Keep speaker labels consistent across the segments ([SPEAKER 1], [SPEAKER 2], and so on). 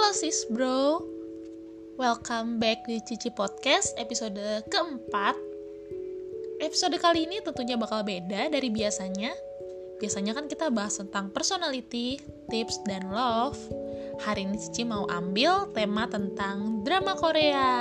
[SPEAKER 1] Halo sis bro, welcome back di Cici Podcast episode keempat. Episode kali ini tentunya bakal beda dari biasanya. Biasanya kan kita bahas tentang personality, tips, dan love. Hari ini Cici mau ambil tema tentang drama Korea.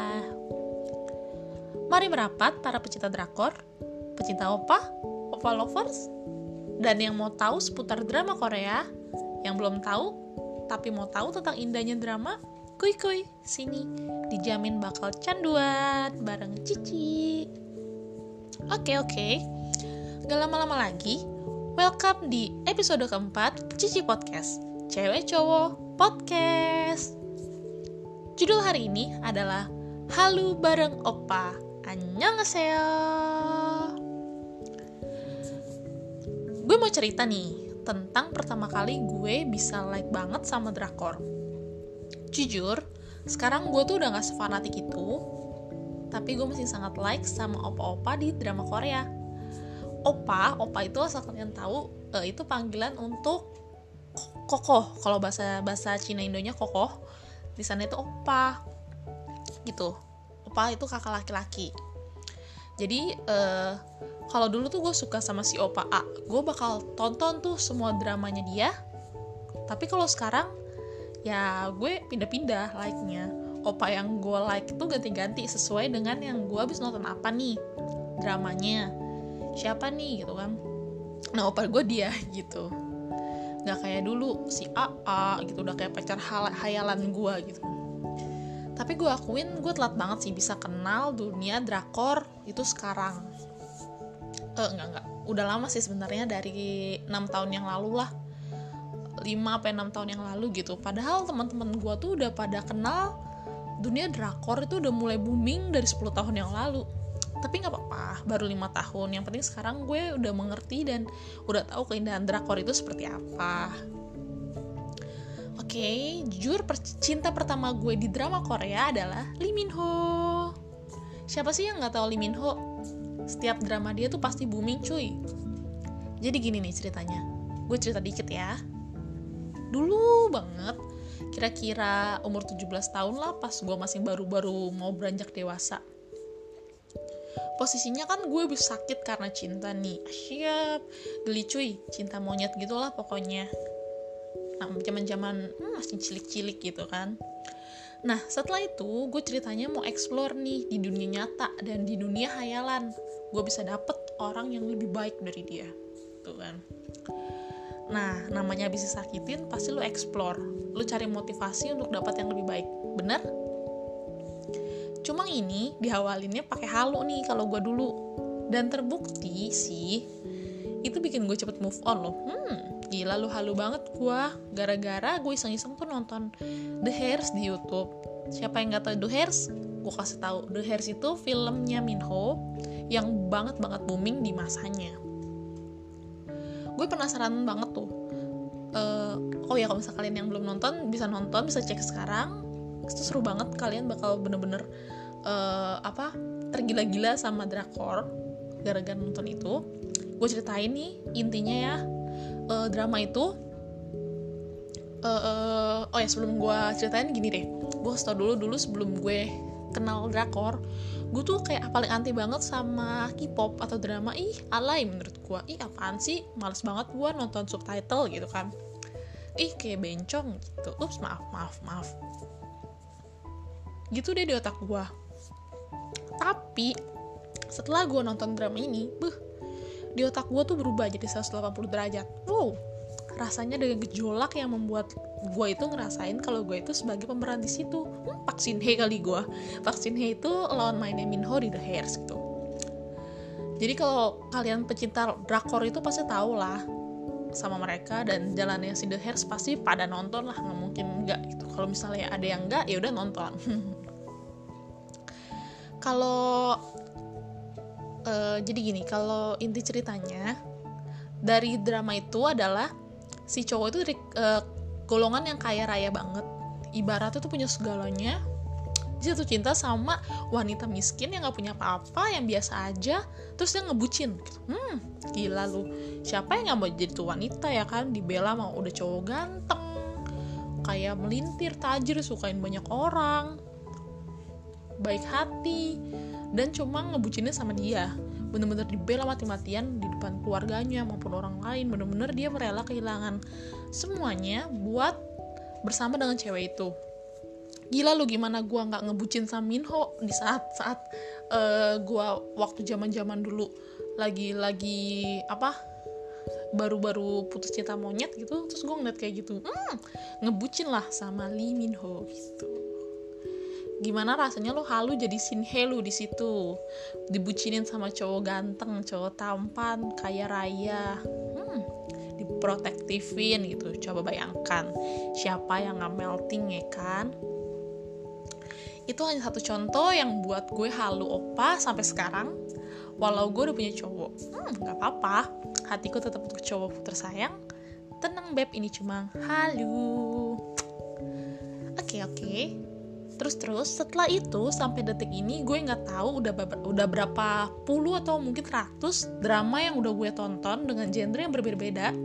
[SPEAKER 1] Mari merapat para pecinta drakor, pecinta opa lovers, dan yang mau tahu seputar drama Korea. Yang belum tahu tapi mau tahu tentang indahnya drama, kuy sini, dijamin bakal canduan bareng Cici. Oke, gak lama-lama lagi, welcome di episode keempat Cici Podcast, cewek cowok podcast. Judul hari ini adalah Halu bareng Oppa. Annyeonghaseyo. Gue mau cerita nih tentang pertama kali gue bisa like banget sama drakor. Jujur, sekarang gue tuh udah gak sefanatik itu, tapi gue masih sangat like sama opa-opa di drama Korea. Opa itu asal kalian tahu, itu panggilan untuk kokoh. Kalau bahasa Cina Indonya kokoh, di sana itu opa gitu. Opa itu kakak laki-laki. Jadi kalau dulu tuh gue suka sama si Opa A, gue bakal tonton tuh semua dramanya dia. Tapi kalau sekarang ya gue pindah-pindah like-nya. Opa yang gue like itu ganti-ganti sesuai dengan yang gue habis nonton apa nih dramanya, siapa nih gitu kan. Nah opa gue dia gitu, nggak kayak dulu si A gitu udah kayak pacar hayalan gue gitu. Tapi gue akuin gue telat banget sih bisa kenal dunia drakor itu sekarang. Enggak, udah lama sih sebenarnya, dari 6 tahun yang lalu lah, 5-6 tahun yang lalu gitu. Padahal teman-teman gue tuh udah pada kenal dunia drakor itu udah mulai booming dari 10 tahun yang lalu. Tapi gak apa-apa, baru 5 tahun, yang penting sekarang gue udah mengerti dan udah tahu keindahan drakor itu seperti apa. Oke, jujur cinta pertama gue di drama Korea adalah Lee Min Ho. Siapa sih yang gak tahu Lee Min Ho? Setiap drama dia tuh pasti booming cuy. Jadi gini nih ceritanya, gue cerita dikit ya. Dulu banget, kira-kira umur 17 tahun lah, pas gue masih baru-baru mau beranjak dewasa. Posisinya kan gue habis sakit karena cinta nih. Siap, geli cuy, cinta monyet gitulah pokoknya. Nah, zaman-zaman masih cilik-cilik gitu kan. Nah, setelah itu gue ceritanya mau explore nih di dunia nyata dan di dunia hayalan. Gue bisa dapet orang yang lebih baik dari dia, tuh kan. Nah, namanya habis disakitin, pasti lu explore, lu cari motivasi untuk dapat yang lebih baik, bener? Cuma ini diawalinnya pakai halu nih kalau gue dulu, dan terbukti sih itu bikin gue cepet move on loh. Gila lu halu banget gue, gara-gara gue iseng-iseng tuh nonton The Hairs di YouTube. Siapa yang nggak tahu The Hairs? Gue kasih tahu, The Hairs itu filmnya Min Ho yang banget booming di masanya. Gue penasaran banget tuh. Oh ya, kalau misalnya kalian yang belum nonton, bisa cek sekarang. Itu seru banget, kalian bakal bener-bener tergila-gila sama drakor gara-gara nonton itu. Gue ceritain nih intinya ya. Drama itu sebelum gue ceritain gini deh, gue harus tau dulu sebelum gue kenal drakor, gue tuh kayak paling anti banget sama K-pop atau drama. Alay menurut gue, apaan sih, males banget gue nonton subtitle gitu kan, kayak bencong gitu. Maaf gitu deh di otak gue. Tapi setelah gue nonton drama ini, di otak gue tuh berubah jadi 180 derajat. Wow, rasanya dengan gejolak yang membuat gue itu ngerasain kalau gue itu sebagai pemeran di situ. Park Shin Hye kali gue. Park Shin Hye itu lawan mainnya Min Ho di The Hairs gitu. Jadi kalau kalian pecinta drakor itu pasti tahu lah sama mereka, dan jalannya si The Hairs pasti pada nonton lah, nggak mungkin enggak gitu. Kalau misalnya ada yang enggak, ya udah nonton. Kalau jadi gini, kalau inti ceritanya dari drama itu adalah si cowok itu dari golongan yang kaya raya banget, ibaratnya tuh punya segalanya. Dia jatuh cinta sama wanita miskin yang gak punya apa-apa, yang biasa aja, terus dia ngebucin gitu. Gila lu, siapa yang gak mau jadi tuh wanita ya kan, dibela mau udah cowok ganteng, kayak melintir, tajir, sukain banyak orang, baik hati, dan cuma ngebucinnya sama dia. Bener-bener dibela mati-matian di depan keluarganya maupun orang lain. Bener-bener dia rela kehilangan semuanya buat bersama dengan cewek itu. Gila lu, gimana gue gak ngebucin sama Minho di saat gue waktu zaman dulu lagi baru-baru putus cinta monyet gitu, terus gue ngeliat kayak gitu, ngebucin lah sama Lee Min Ho gitu. Gimana rasanya lo halu jadi Shin Hye lu di situ, dibucinin sama cowok ganteng, cowok tampan, kaya raya, diprotektifin gitu. Coba bayangkan siapa yang gak melting, ya kan? Itu hanya satu contoh yang buat gue halu opa sampai sekarang. Walau gue udah punya cowok, gak apa-apa, hatiku tetap untuk cowokku tersayang. Tenang beb, ini cuma halu. Oke. Terus setelah itu sampai detik ini gue nggak tahu udah berapa puluh atau mungkin ratus drama yang udah gue tonton dengan genre yang berbeda-beda,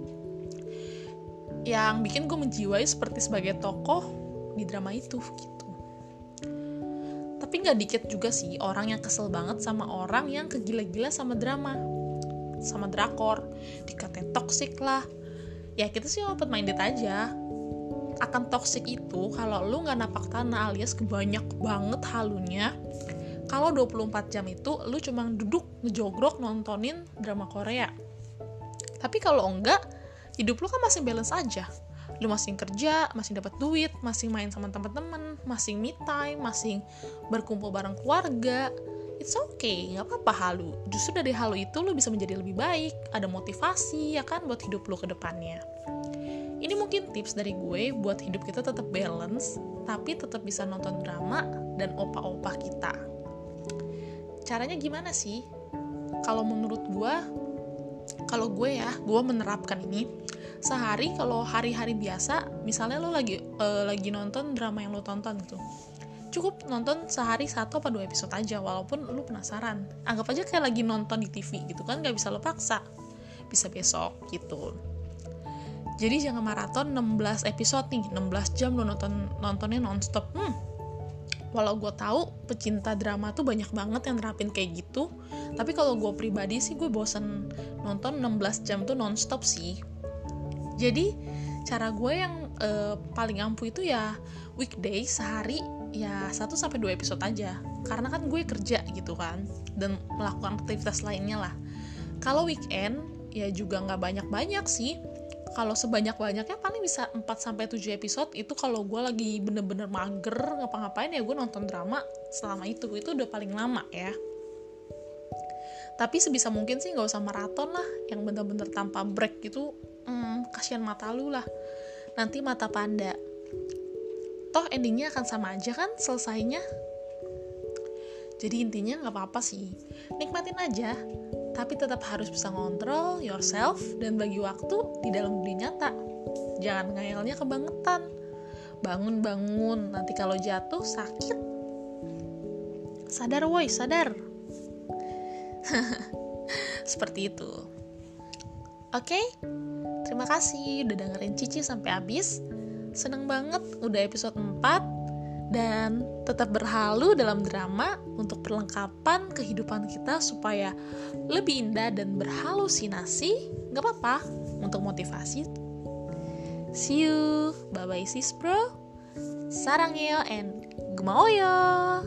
[SPEAKER 1] yang bikin gue menjiwai seperti sebagai tokoh di drama itu gitu. Tapi nggak dikit juga sih orang yang kesel banget sama orang yang kegila-gila sama drama, sama drakor, dikatain toxic lah. Ya kita sih open minded aja akan toxic itu kalau lu gak napak tanah alias kebanyak banget halunya. Kalau 24 jam itu lu cuma duduk ngejogrok nontonin drama Korea. Tapi kalau enggak, hidup lu kan masih balance aja. Lu masih kerja, masih dapat duit, masih main sama teman-teman, masih me time, masih berkumpul bareng keluarga. It's okay, gak apa-apa halu. Justru dari halu itu lu bisa menjadi lebih baik, ada motivasi ya kan buat hidup lu ke depannya. Ini mungkin tips dari gue buat hidup kita tetap balance, tapi tetap bisa nonton drama dan opa-opa kita. Caranya gimana sih? Kalau menurut gue, gue menerapkan ini. Sehari kalau hari-hari biasa, misalnya lo lagi nonton drama yang lo tonton gitu, cukup nonton sehari 1 atau 2 episode aja, walaupun lo penasaran. Anggap aja kayak lagi nonton di TV gitu kan, gak bisa lo paksa. Bisa besok gitu. Jadi jangan maraton 16 episode nih, 16 jam lo nontonnya nonstop. Walau gue tahu pecinta drama tuh banyak banget yang nerapin kayak gitu, tapi kalau gue pribadi sih gue bosen nonton 16 jam tuh nonstop sih. Jadi cara gue yang paling ampuh itu ya weekday sehari ya 1-2 episode aja. Karena kan gue kerja gitu kan, dan melakukan aktivitas lainnya lah. Kalau weekend ya juga gak banyak-banyak sih. Kalau sebanyak-banyaknya paling bisa 4-7 episode. Itu kalau gue lagi bener-bener mager ngapa-ngapain ya gue nonton drama selama itu udah paling lama ya. Tapi sebisa mungkin sih gak usah maraton lah, yang bener-bener tanpa break gitu. Kasihan mata lu lah, nanti mata panda. Toh endingnya akan sama aja kan selesainya. Jadi intinya gak apa-apa sih, nikmatin aja, tapi tetap harus bisa ngontrol yourself dan bagi waktu di dalam dunia nyata. Jangan ngayalnya kebangetan. Bangun, nanti kalau jatuh sakit. Sadar woi, sadar. Seperti itu. Oke? Terima kasih udah dengerin Cici sampai habis. Seneng banget udah episode 4. Dan tetap berhalu dalam drama untuk perlengkapan kehidupan kita supaya lebih indah dan berhalusinasi. Gak apa-apa, untuk motivasi. See you, bye-bye sis bro. Sarangyo and gumaoyo.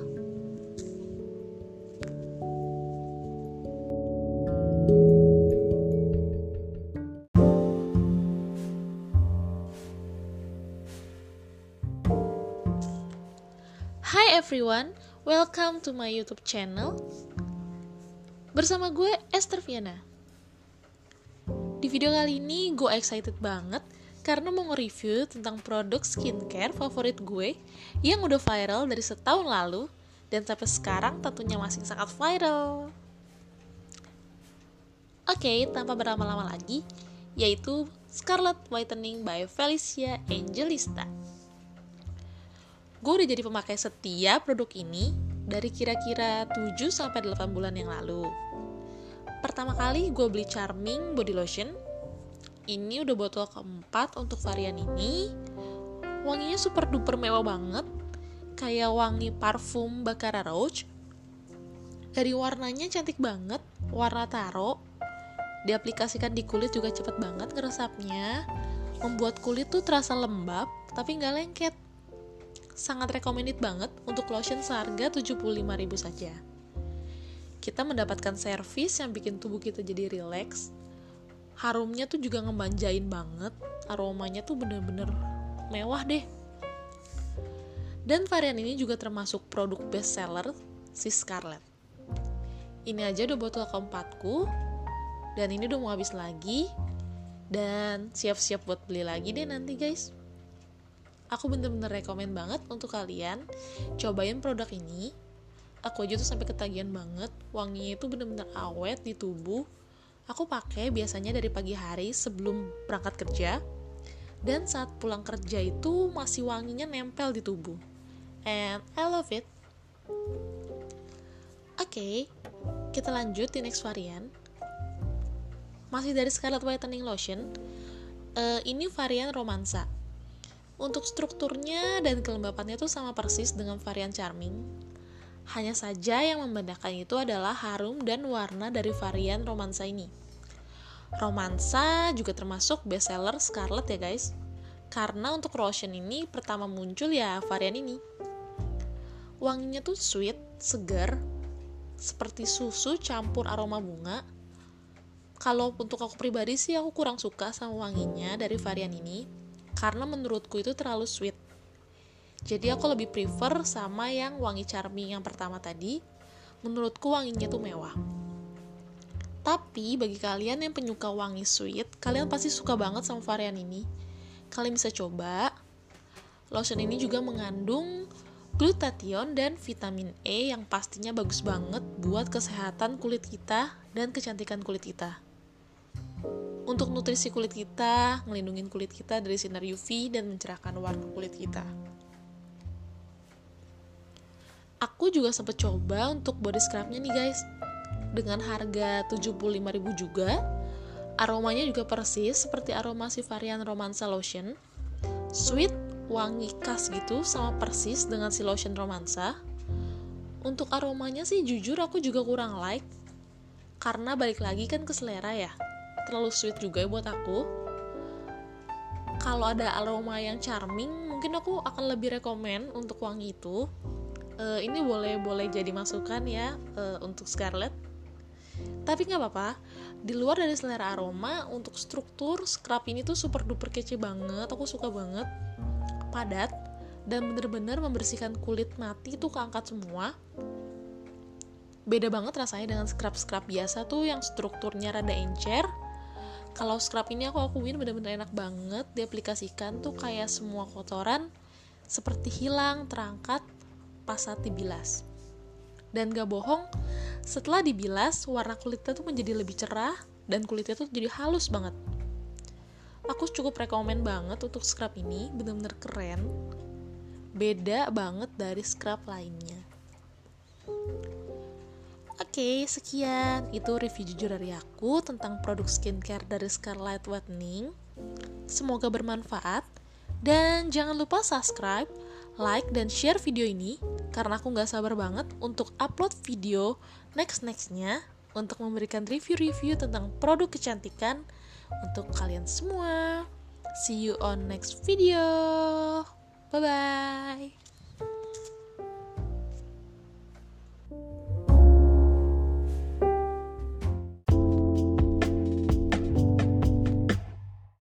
[SPEAKER 1] Hi everyone, welcome to my YouTube channel. Bersama gue Esther Viana. Di video kali ini gue excited banget karena mau nge-review tentang produk skincare favorit gue yang udah viral dari setahun lalu dan sampai sekarang tentunya masih sangat viral. Oke, tanpa berlama-lama lagi, yaitu Scarlet Whitening by Felicia Angelista. Gue udah jadi pemakai setia produk ini dari kira-kira 7-8 bulan yang lalu. Pertama kali gue beli Charming Body Lotion. Ini udah botol keempat untuk varian ini. Wanginya super duper mewah banget, kayak wangi parfum Baccarat Rouge. Dari warnanya cantik banget, warna taro. Diaplikasikan di kulit juga cepet banget ngeresapnya, membuat kulit tuh terasa lembab tapi nggak lengket. Sangat recommended banget untuk lotion seharga 75.000 saja. Kita mendapatkan servis yang bikin tubuh kita jadi rileks. Harumnya tuh juga ngemanjain banget, aromanya tuh bener-bener mewah deh. Dan varian ini juga termasuk produk best seller si Scarlett. Ini aja udah botol keempatku, dan ini udah mau habis lagi, dan siap-siap buat beli lagi deh nanti guys. Aku bener-bener rekomen banget untuk kalian cobain produk ini. Aku aja tuh sampai ketagihan banget, wanginya itu bener-bener awet di tubuh. Aku pakai biasanya dari pagi hari sebelum berangkat kerja, dan saat pulang kerja itu masih wanginya nempel di tubuh. And I love it. Oke, kita lanjut di next varian. Masih dari Scarlett Whitening Lotion. Ini varian romansa. Untuk strukturnya dan kelembapannya tuh sama persis dengan varian Charming. Hanya saja yang membedakan itu adalah harum dan warna dari varian romansa ini. Romansa juga termasuk best seller Scarlett ya guys. Karena untuk lotion ini pertama muncul ya varian ini. Wanginya tuh sweet, segar, seperti susu campur aroma bunga. Kalau untuk aku pribadi sih aku kurang suka sama wanginya dari varian ini, karena menurutku itu terlalu sweet. Jadi aku lebih prefer sama yang wangi Charming yang pertama tadi. Menurutku wanginya tuh mewah. Tapi bagi kalian yang penyuka wangi sweet, kalian pasti suka banget sama varian ini. Kalian bisa coba. Lotion ini juga mengandung glutathione dan vitamin E yang pastinya bagus banget buat kesehatan kulit kita dan kecantikan kulit kita. Untuk nutrisi kulit kita, ngelindungin kulit kita dari sinar UV dan mencerahkan warna kulit kita. Aku juga sempet coba untuk body scrubnya nih guys. Dengan harga 75.000 juga. Aromanya juga persis seperti aroma si varian Romansa Lotion. Sweet, wangi khas gitu, sama persis dengan si lotion Romansa. Untuk aromanya sih jujur aku juga kurang like. Karena balik lagi kan ke selera ya. Terlalu sweet juga buat aku. Kalau ada aroma yang charming, mungkin aku akan lebih rekomen untuk wangi itu. Ini boleh jadi masukan ya untuk Scarlett. Tapi nggak apa-apa. Di luar dari selera aroma, untuk struktur scrub ini tuh super duper kece banget. Aku suka banget, padat dan bener-bener membersihkan kulit mati tuh keangkat semua. Beda banget rasanya dengan scrub biasa tuh yang strukturnya rada encer. Kalau scrub ini aku akuin bener-bener enak banget, diaplikasikan tuh kayak semua kotoran seperti hilang, terangkat pas saat dibilas. Dan gak bohong, setelah dibilas warna kulitnya tuh menjadi lebih cerah dan kulitnya tuh jadi halus banget. Aku cukup rekomen banget untuk scrub ini, bener-bener keren. Beda banget dari scrub lainnya. Oke, sekian. Itu review jujur dari aku tentang produk skincare dari Scarlett Whitening. Semoga bermanfaat. Dan jangan lupa subscribe, like, dan share video ini. Karena aku gak sabar banget untuk upload video next-nextnya untuk memberikan review-review tentang produk kecantikan untuk kalian semua. See you on next video. Bye-bye.